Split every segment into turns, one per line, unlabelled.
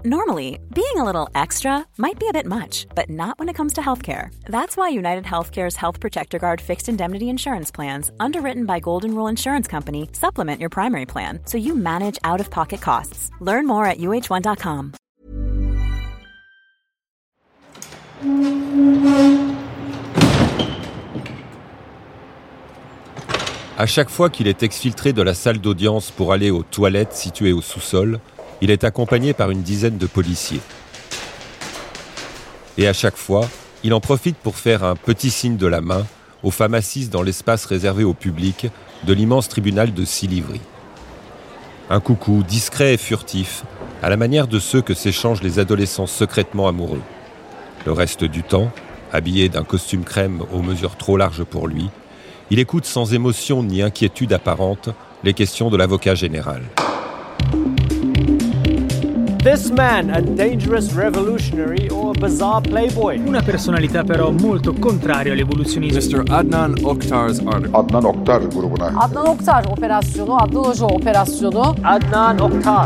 Normally, being a little extra might be a bit much, but not when it comes to healthcare. That's why United Healthcare's Health Protector Guard fixed indemnity insurance plans, underwritten by Golden Rule Insurance Company, supplement your primary plan so you manage out-of-pocket costs. Learn more at uh1.com.
À chaque fois qu'il est exfiltré de la salle d'audience pour aller aux toilettes situées au sous-sol, il est accompagné par une dizaine de policiers. Et à chaque fois, il en profite pour faire un petit signe de la main aux femmes assises dans l'espace réservé au public de l'immense tribunal de Silivri. Un coucou discret et furtif, à la manière de ceux que s'échangent les adolescents secrètement amoureux. Le reste du temps, habillé d'un costume crème aux mesures trop larges pour lui, il écoute sans émotion ni inquiétude apparente les questions de l'avocat général.
This man, a dangerous revolutionary or a bizarre playboy?
Una personalità però molto contraria all'evoluzionismo.
Mr. Adnan Oktar's article.
Adnan Oktar grubuna.
Adnan Oktar operasyonu, Adnan Hoca operasyonu.
Adnan Oktar.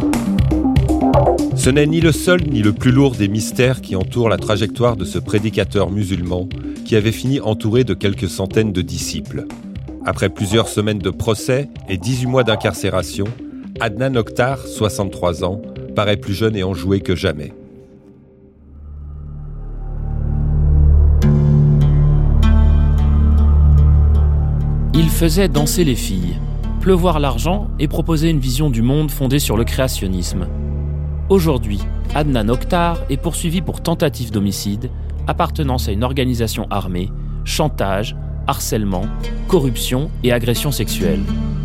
Ce n'est ni le seul ni le plus lourd des mystères qui entourent la trajectoire de ce prédicateur musulman qui avait fini entouré de quelques centaines de disciples. Après plusieurs semaines de procès et 18 mois d'incarcération, Adnan Oktar, 63 ans, paraît plus jeune et enjoué que jamais.
Il faisait danser les filles, pleuvoir l'argent et proposer une vision du monde fondée sur le créationnisme. Aujourd'hui, Adnan Oktar est poursuivi pour tentative d'homicide, appartenance à une organisation armée, chantage, harcèlement, corruption et agression sexuelle.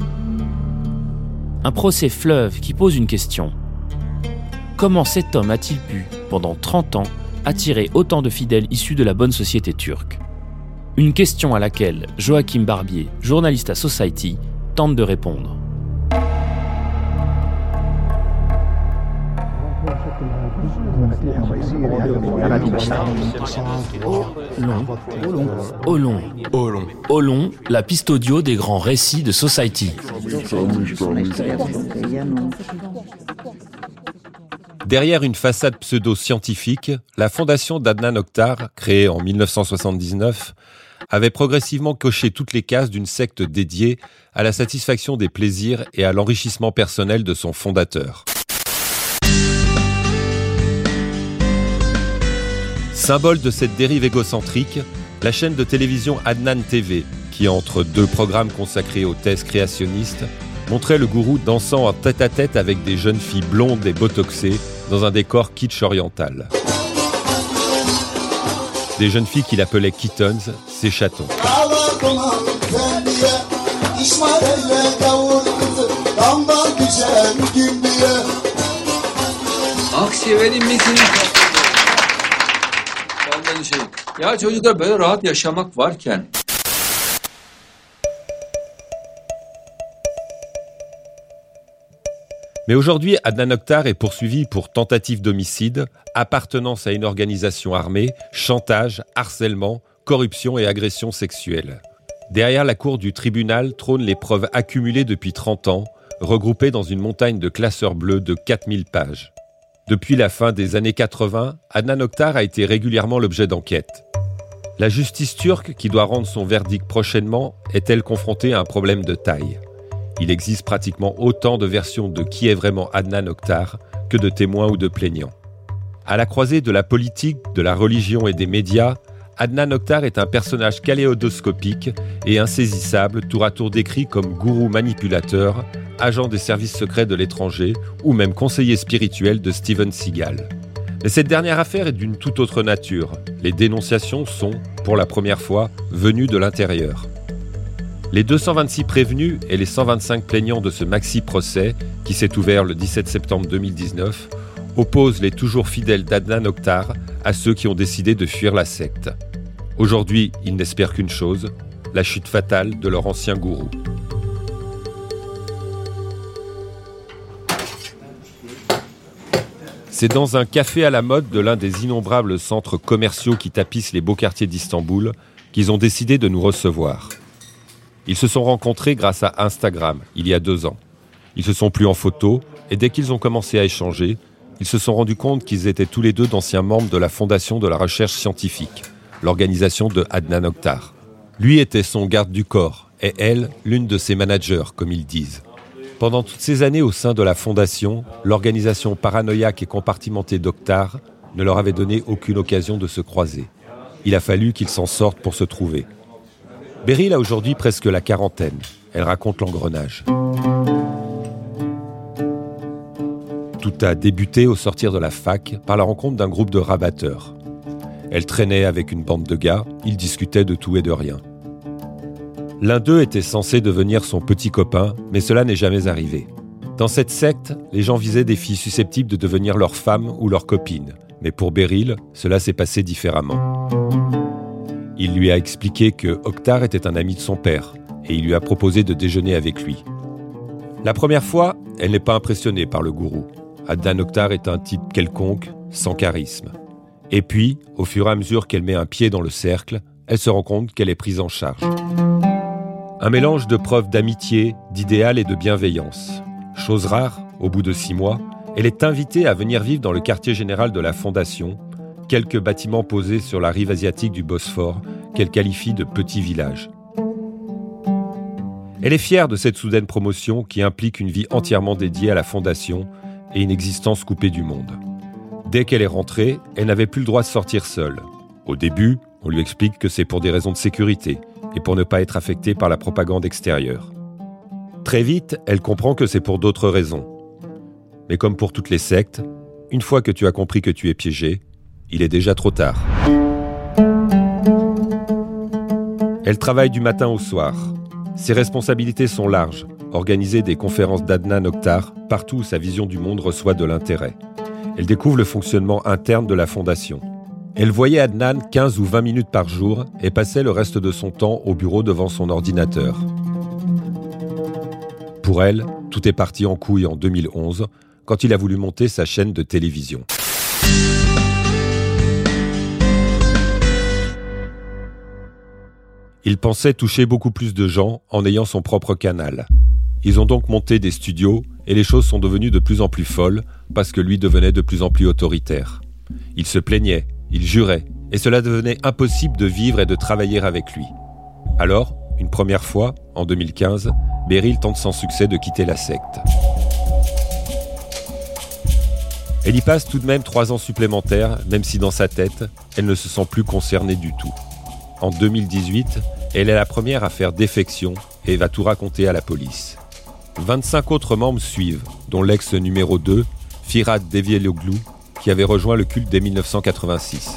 Un procès fleuve qui pose une question. Comment cet homme a-t-il pu, pendant 30 ans, attirer autant de fidèles issus de la bonne société turque ? Une question à laquelle Joachim Barbier, journaliste à Society, tente de répondre. Olon, la piste audio des grands récits de Society.
Derrière une façade pseudo-scientifique, la fondation d'Adnan Oktar, créée en 1979, avait progressivement coché toutes les cases d'une secte dédiée à la satisfaction des plaisirs et à l'enrichissement personnel de son fondateur. Symbole de cette dérive égocentrique, la chaîne de télévision Adnan TV, qui entre deux programmes consacrés aux thèses créationnistes, montrait le gourou dansant en tête-à-tête avec des jeunes filles blondes et botoxées dans un décor kitsch oriental. Des jeunes filles qu'il appelait kittens, ses chatons.
Ya çocuklar böyle rahat yaşamak varken.
Mais aujourd'hui, Adnan Oktar est poursuivi pour tentative d'homicide, appartenance à une organisation armée, chantage, harcèlement, corruption et agression sexuelle. Derrière la cour du tribunal trônent les preuves accumulées depuis 30 ans, regroupées dans une montagne de classeurs bleus de 4000 pages. Depuis la fin des années 80, Adnan Oktar a été régulièrement l'objet d'enquêtes. La justice turque, qui doit rendre son verdict prochainement, est-elle confrontée à un problème de taille ? Il existe pratiquement autant de versions de qui est vraiment Adnan Oktar que de témoins ou de plaignants. À la croisée de la politique, de la religion et des médias, Adnan Oktar est un personnage kaléidoscopique et insaisissable, tour à tour décrit comme gourou manipulateur, agent des services secrets de l'étranger ou même conseiller spirituel de Steven Seagal. Mais cette dernière affaire est d'une toute autre nature. Les dénonciations sont, pour la première fois, venues de l'intérieur. Les 226 prévenus et les 125 plaignants de ce maxi-procès, qui s'est ouvert le 17 septembre 2019, opposent les toujours fidèles d'Adnan Oktar à ceux qui ont décidé de fuir la secte. Aujourd'hui, ils n'espèrent qu'une chose, la chute fatale de leur ancien gourou. C'est dans un café à la mode de l'un des innombrables centres commerciaux qui tapissent les beaux quartiers d'Istanbul qu'ils ont décidé de nous recevoir. Ils se sont rencontrés grâce à Instagram, il y a 2 ans. Ils se sont plu en photo et dès qu'ils ont commencé à échanger, ils se sont rendus compte qu'ils étaient tous les deux d'anciens membres de la Fondation de la Recherche Scientifique, l'organisation de Adnan Oktar. Lui était son garde du corps et elle, l'une de ses managers, comme ils disent. Pendant toutes ces années au sein de la Fondation, l'organisation paranoïaque et compartimentée d'Oktar ne leur avait donné aucune occasion de se croiser. Il a fallu qu'ils s'en sortent pour se trouver. Beryl a aujourd'hui presque la quarantaine. Elle raconte l'engrenage. Tout a débuté au sortir de la fac par la rencontre d'un groupe de rabatteurs. Elle traînait avec une bande de gars, ils discutaient de tout et de rien. L'un d'eux était censé devenir son petit copain, mais cela n'est jamais arrivé. Dans cette secte, les gens visaient des filles susceptibles de devenir leur femme ou leur copine. Mais pour Beryl, cela s'est passé différemment. Il lui a expliqué que Oktar était un ami de son père et il lui a proposé de déjeuner avec lui. La première fois, elle n'est pas impressionnée par le gourou. Adnan Oktar est un type quelconque, sans charisme. Et puis, au fur et à mesure qu'elle met un pied dans le cercle, elle se rend compte qu'elle est prise en charge. Un mélange de preuves d'amitié, d'idéal et de bienveillance. Chose rare, au bout de 6 mois, elle est invitée à venir vivre dans le quartier général de la Fondation, quelques bâtiments posés sur la rive asiatique du Bosphore, qu'elle qualifie de petit village. Elle est fière de cette soudaine promotion qui implique une vie entièrement dédiée à la Fondation et une existence coupée du monde. Dès qu'elle est rentrée, elle n'avait plus le droit de sortir seule. Au début, on lui explique que c'est pour des raisons de sécurité et pour ne pas être affectée par la propagande extérieure. Très vite, elle comprend que c'est pour d'autres raisons. Mais comme pour toutes les sectes, une fois que tu as compris que tu es piégé, il est déjà trop tard. Elle travaille du matin au soir. Ses responsabilités sont larges. Organiser des conférences d'Adnan Oktar partout où sa vision du monde reçoit de l'intérêt. Elle découvre le fonctionnement interne de la Fondation. Elle voyait Adnan 15 ou 20 minutes par jour et passait le reste de son temps au bureau devant son ordinateur. Pour elle, tout est parti en couille en 2011, quand il a voulu monter sa chaîne de télévision. Il pensait toucher beaucoup plus de gens en ayant son propre canal. Ils ont donc monté des studios et les choses sont devenues de plus en plus folles parce que lui devenait de plus en plus autoritaire. Il se plaignait, il jurait et cela devenait impossible de vivre et de travailler avec lui. Alors, une première fois, en 2015, Beryl tente sans succès de quitter la secte. Elle y passe tout de même 3 ans supplémentaires, même si dans sa tête, elle ne se sent plus concernée du tout. En 2018, elle est la première à faire défection et va tout raconter à la police. 25 autres membres suivent, dont l'ex numéro 2, Firat Devieloglu, qui avait rejoint le culte dès 1986.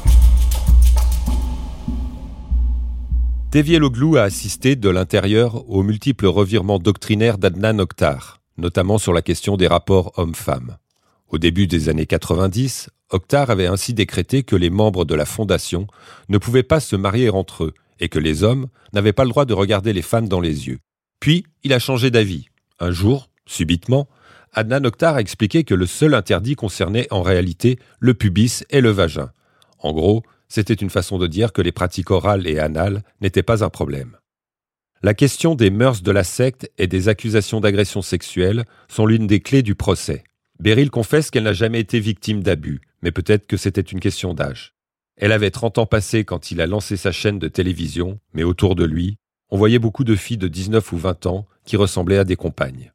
Devieloglu a assisté de l'intérieur aux multiples revirements doctrinaires d'Adnan Oktar, notamment sur la question des rapports hommes-femmes. Au début des années 90, Oktar avait ainsi décrété que les membres de la Fondation ne pouvaient pas se marier entre eux et que les hommes n'avaient pas le droit de regarder les femmes dans les yeux. Puis, il a changé d'avis. Un jour, subitement, Adnan Oktar a expliqué que le seul interdit concernait en réalité le pubis et le vagin. En gros, c'était une façon de dire que les pratiques orales et anales n'étaient pas un problème. La question des mœurs de la secte et des accusations d'agression sexuelle sont l'une des clés du procès. Beryl confesse qu'elle n'a jamais été victime d'abus, mais peut-être que c'était une question d'âge. Elle avait 30 ans passés quand il a lancé sa chaîne de télévision, mais autour de lui, on voyait beaucoup de filles de 19 ou 20 ans qui ressemblaient à des compagnes.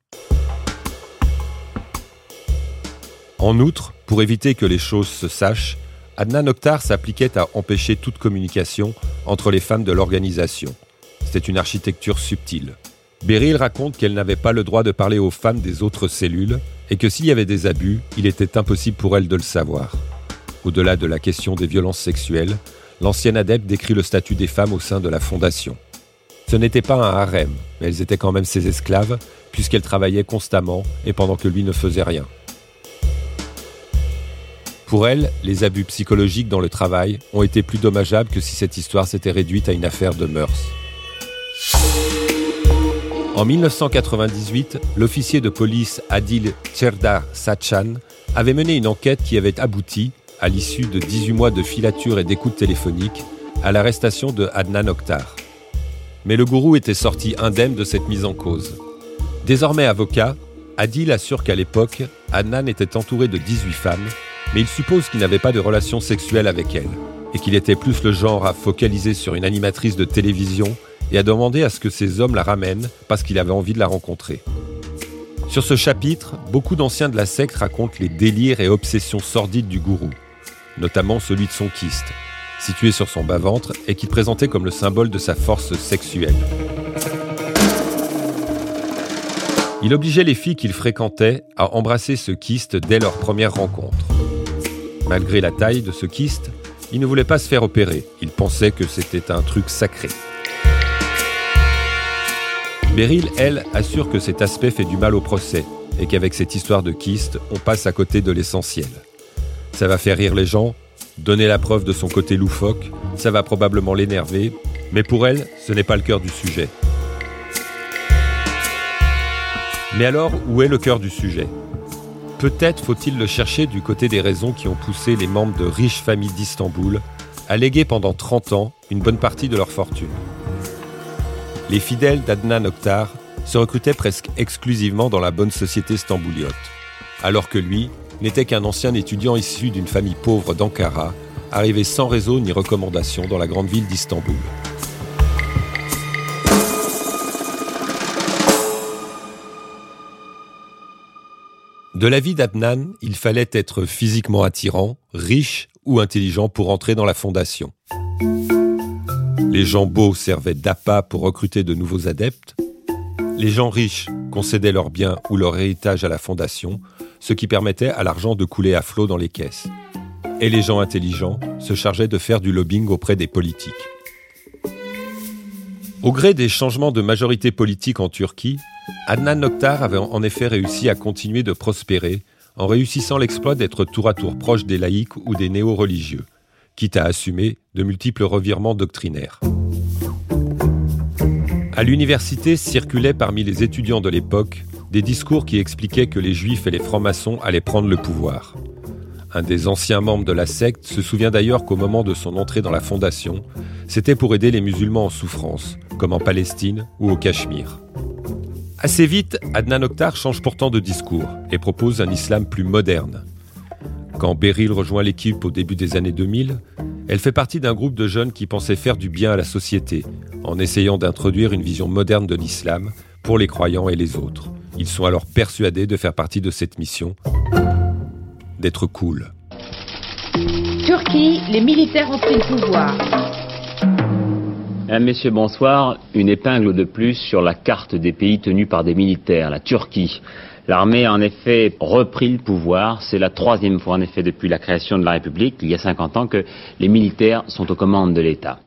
En outre, pour éviter que les choses se sachent, Adnan Oktar s'appliquait à empêcher toute communication entre les femmes de l'organisation. C'était une architecture subtile. Beryl raconte qu'elle n'avait pas le droit de parler aux femmes des autres cellules et que s'il y avait des abus, il était impossible pour elle de le savoir. Au-delà de la question des violences sexuelles, l'ancienne adepte décrit le statut des femmes au sein de la Fondation. Ce n'était pas un harem, mais elles étaient quand même ses esclaves, puisqu'elles travaillaient constamment et pendant que lui ne faisait rien. Pour elle, les abus psychologiques dans le travail ont été plus dommageables que si cette histoire s'était réduite à une affaire de mœurs. En 1998, l'officier de police Adil Çerdar Saçan avait mené une enquête qui avait abouti, à l'issue de 18 mois de filature et d'écoute téléphonique, à l'arrestation de Adnan Oktar. Mais le gourou était sorti indemne de cette mise en cause. Désormais avocat, Adil assure qu'à l'époque, Adnan était entouré de 18 femmes, mais il suppose qu'il n'avait pas de relations sexuelles avec elles, et qu'il était plus le genre à focaliser sur une animatrice de télévision et à demander à ce que ces hommes la ramènent parce qu'il avait envie de la rencontrer. Sur ce chapitre, beaucoup d'anciens de la secte racontent les délires et obsessions sordides du gourou, notamment celui de son kyste, situé sur son bas-ventre et qu'il présentait comme le symbole de sa force sexuelle. Il obligeait les filles qu'il fréquentait à embrasser ce kyste dès leur première rencontre. Malgré la taille de ce kyste, il ne voulait pas se faire opérer. Il pensait que c'était un truc sacré. Beryl, elle, assure que cet aspect fait du mal au procès et qu'avec cette histoire de kyste, on passe à côté de l'essentiel. Ça va faire rire les gens, donner la preuve de son côté loufoque, ça va probablement l'énerver, mais pour elle, ce n'est pas le cœur du sujet. Mais alors, où est le cœur du sujet ? Peut-être faut-il le chercher du côté des raisons qui ont poussé les membres de riches familles d'Istanbul à léguer pendant 30 ans une bonne partie de leur fortune. Les fidèles d'Adnan Oktar se recrutaient presque exclusivement dans la bonne société stambouliote, alors que lui n'était qu'un ancien étudiant issu d'une famille pauvre d'Ankara, arrivé sans réseau ni recommandation dans la grande ville d'Istanbul. De l'avis d'Adnan, il fallait être physiquement attirant, riche ou intelligent pour entrer dans la fondation. Les gens beaux servaient d'appât pour recruter de nouveaux adeptes. Les gens riches concédaient leurs biens ou leur héritage à la fondation, ce qui permettait à l'argent de couler à flot dans les caisses. Et les gens intelligents se chargeaient de faire du lobbying auprès des politiques. Au gré des changements de majorité politique en Turquie, Adnan Oktar avait en effet réussi à continuer de prospérer en réussissant l'exploit d'être tour à tour proche des laïcs ou des néo-religieux, quitte à assumer de multiples revirements doctrinaires. À l'université circulaient parmi les étudiants de l'époque des discours qui expliquaient que les juifs et les francs-maçons allaient prendre le pouvoir. Un des anciens membres de la secte se souvient d'ailleurs qu'au moment de son entrée dans la fondation, c'était pour aider les musulmans en souffrance, comme en Palestine ou au Cachemire. Assez vite, Adnan Oktar change pourtant de discours et propose un islam plus moderne. Quand Beryl rejoint l'équipe au début des années 2000, elle fait partie d'un groupe de jeunes qui pensaient faire du bien à la société, en essayant d'introduire une vision moderne de l'islam pour les croyants et les autres. Ils sont alors persuadés de faire partie de cette mission, d'être cool.
Turquie, les militaires ont pris le pouvoir.
Messieurs, bonsoir. Une épingle de plus sur la carte des pays tenus par des militaires, la Turquie. L'armée a en effet repris le pouvoir. C'est la 3e fois en effet depuis la création de la République, il y a 50 ans, que les militaires sont aux commandes de l'État.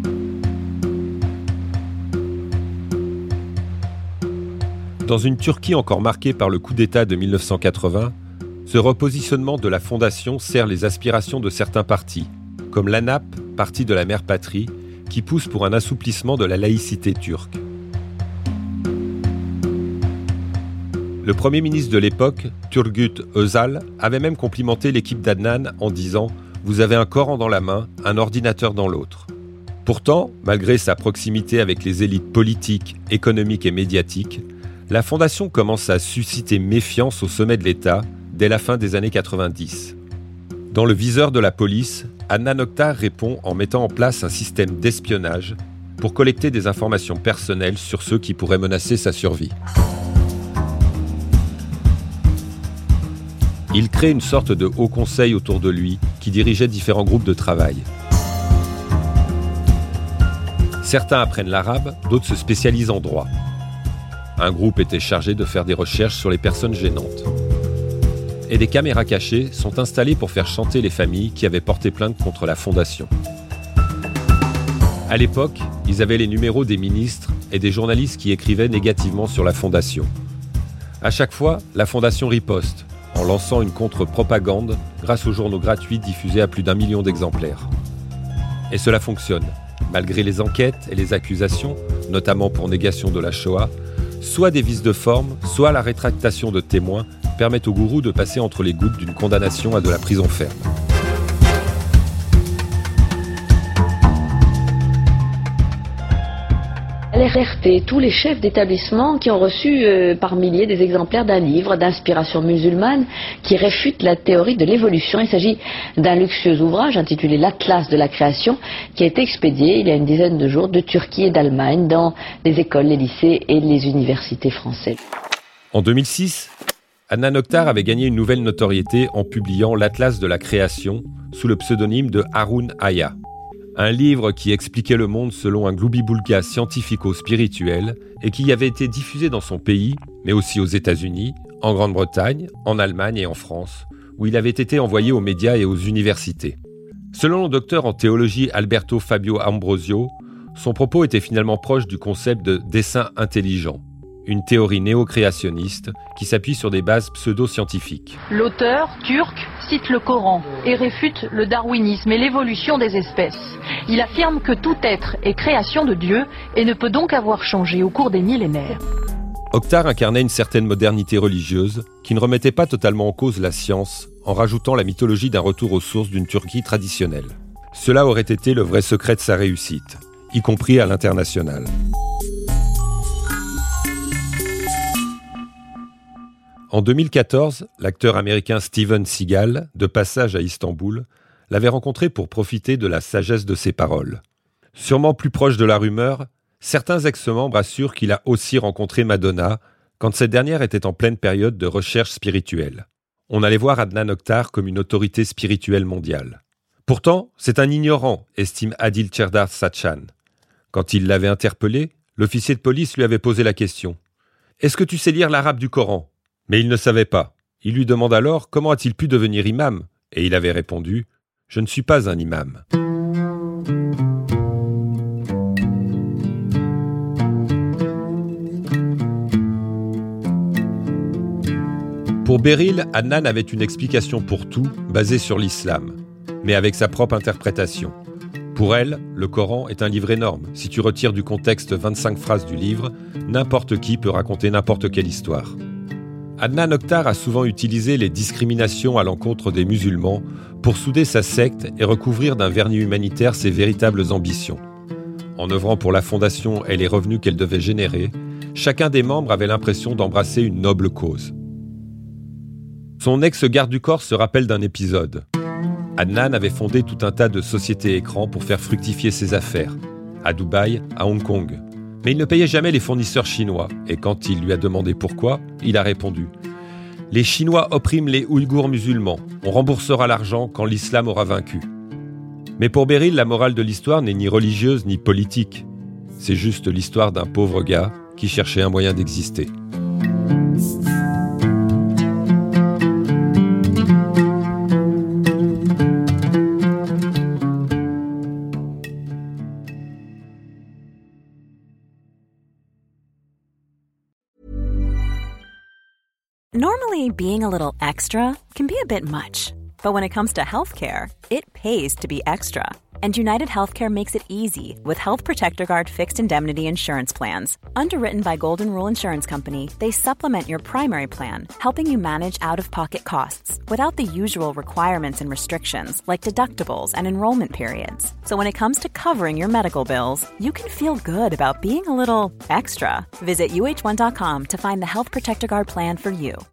Dans une Turquie encore marquée par le coup d'État de 1980, ce repositionnement de la fondation sert les aspirations de certains partis, comme l'ANAP, parti de la mère patrie, qui pousse pour un assouplissement de la laïcité turque. Le Premier ministre de l'époque, Turgut Özal, avait même complimenté l'équipe d'Adnan en disant « Vous avez un Coran dans la main, un ordinateur dans l'autre ». Pourtant, malgré sa proximité avec les élites politiques, économiques et médiatiques, la fondation commence à susciter méfiance au sommet de l'État dès la fin des années 90. Dans le viseur de la police, Adnan Oktar répond en mettant en place un système d'espionnage pour collecter des informations personnelles sur ceux qui pourraient menacer sa survie. Il crée une sorte de haut conseil autour de lui qui dirigeait différents groupes de travail. Certains apprennent l'arabe, d'autres se spécialisent en droit. Un groupe était chargé de faire des recherches sur les personnes gênantes. Et des caméras cachées sont installées pour faire chanter les familles qui avaient porté plainte contre la fondation. À l'époque, ils avaient les numéros des ministres et des journalistes qui écrivaient négativement sur la fondation. À chaque fois, la fondation riposte, en lançant une contre-propagande grâce aux journaux gratuits diffusés à plus d'1 million d'exemplaires. Et cela fonctionne. Malgré les enquêtes et les accusations, notamment pour négation de la Shoah, soit des vices de forme, soit la rétractation de témoins permettent au gourou de passer entre les gouttes d'une condamnation à de la prison ferme.
alerter tous les chefs d'établissement qui ont reçu par milliers des exemplaires d'un livre d'inspiration musulmane qui réfute la théorie de l'évolution. Il s'agit d'un luxueux ouvrage intitulé l'Atlas de la création qui a été expédié il y a une dizaine de jours de Turquie et d'Allemagne dans les écoles, les lycées et les universités françaises.
En 2006, Adnan Oktar avait gagné une nouvelle notoriété en publiant l'Atlas de la création sous le pseudonyme de Harun Aya. Un livre qui expliquait le monde selon un gloubi-boulga scientifico-spirituel et qui avait été diffusé dans son pays, mais aussi aux États-Unis, en Grande-Bretagne, en Allemagne et en France, où il avait été envoyé aux médias et aux universités. Selon le docteur en théologie Alberto Fabio Ambrosio, son propos était finalement proche du concept de dessein intelligent, une théorie néo-créationniste qui s'appuie sur des bases pseudo-scientifiques.
L'auteur, turc, cite le Coran et réfute le darwinisme et l'évolution des espèces. Il affirme que tout être est création de Dieu et ne peut donc avoir changé au cours des millénaires.
Oktar incarnait une certaine modernité religieuse qui ne remettait pas totalement en cause la science en rajoutant la mythologie d'un retour aux sources d'une Turquie traditionnelle. Cela aurait été le vrai secret de sa réussite, y compris à l'international. En 2014, l'acteur américain Steven Seagal, de passage à Istanbul, l'avait rencontré pour profiter de la sagesse de ses paroles. Sûrement plus proche de la rumeur, certains ex-membres assurent qu'il a aussi rencontré Madonna quand cette dernière était en pleine période de recherche spirituelle. On allait voir Adnan Oktar comme une autorité spirituelle mondiale. Pourtant, c'est un ignorant, estime Adil Çerdar Saçan. Quand il l'avait interpellé, l'officier de police lui avait posé la question « Est-ce que tu sais lire l'arabe du Coran ?» Mais il ne savait pas. Il lui demande alors comment a-t-il pu devenir imam ? Et il avait répondu « Je ne suis pas un imam ». Pour Beryl, Adnan avait une explication pour tout, basée sur l'islam, mais avec sa propre interprétation. Pour elle, le Coran est un livre énorme. Si tu retires du contexte 25 phrases du livre, n'importe qui peut raconter n'importe quelle histoire. Adnan Oktar a souvent utilisé les discriminations à l'encontre des musulmans pour souder sa secte et recouvrir d'un vernis humanitaire ses véritables ambitions. En œuvrant pour la fondation et les revenus qu'elle devait générer, chacun des membres avait l'impression d'embrasser une noble cause. Son ex-garde du corps se rappelle d'un épisode. Adnan avait fondé tout un tas de sociétés écrans pour faire fructifier ses affaires, à Dubaï, à Hong Kong. Mais il ne payait jamais les fournisseurs chinois, et quand il lui a demandé pourquoi, il a répondu « Les Chinois oppriment les Ouïghours musulmans, on remboursera l'argent quand l'islam aura vaincu. » Mais pour Beryl, la morale de l'histoire n'est ni religieuse ni politique. C'est juste l'histoire d'un pauvre gars qui cherchait un moyen d'exister.
Normally, being a little extra can be a bit much, but when it comes to healthcare, it pays to be extra. And United Healthcare makes it easy with Health Protector Guard fixed indemnity insurance plans. Underwritten by Golden Rule Insurance Company, they supplement your primary plan, helping you manage out-of-pocket costs without the usual requirements and restrictions like deductibles and enrollment periods. So when it comes to covering your medical bills, you can feel good about being a little extra. Visit uh1.com to find the Health Protector Guard plan for you.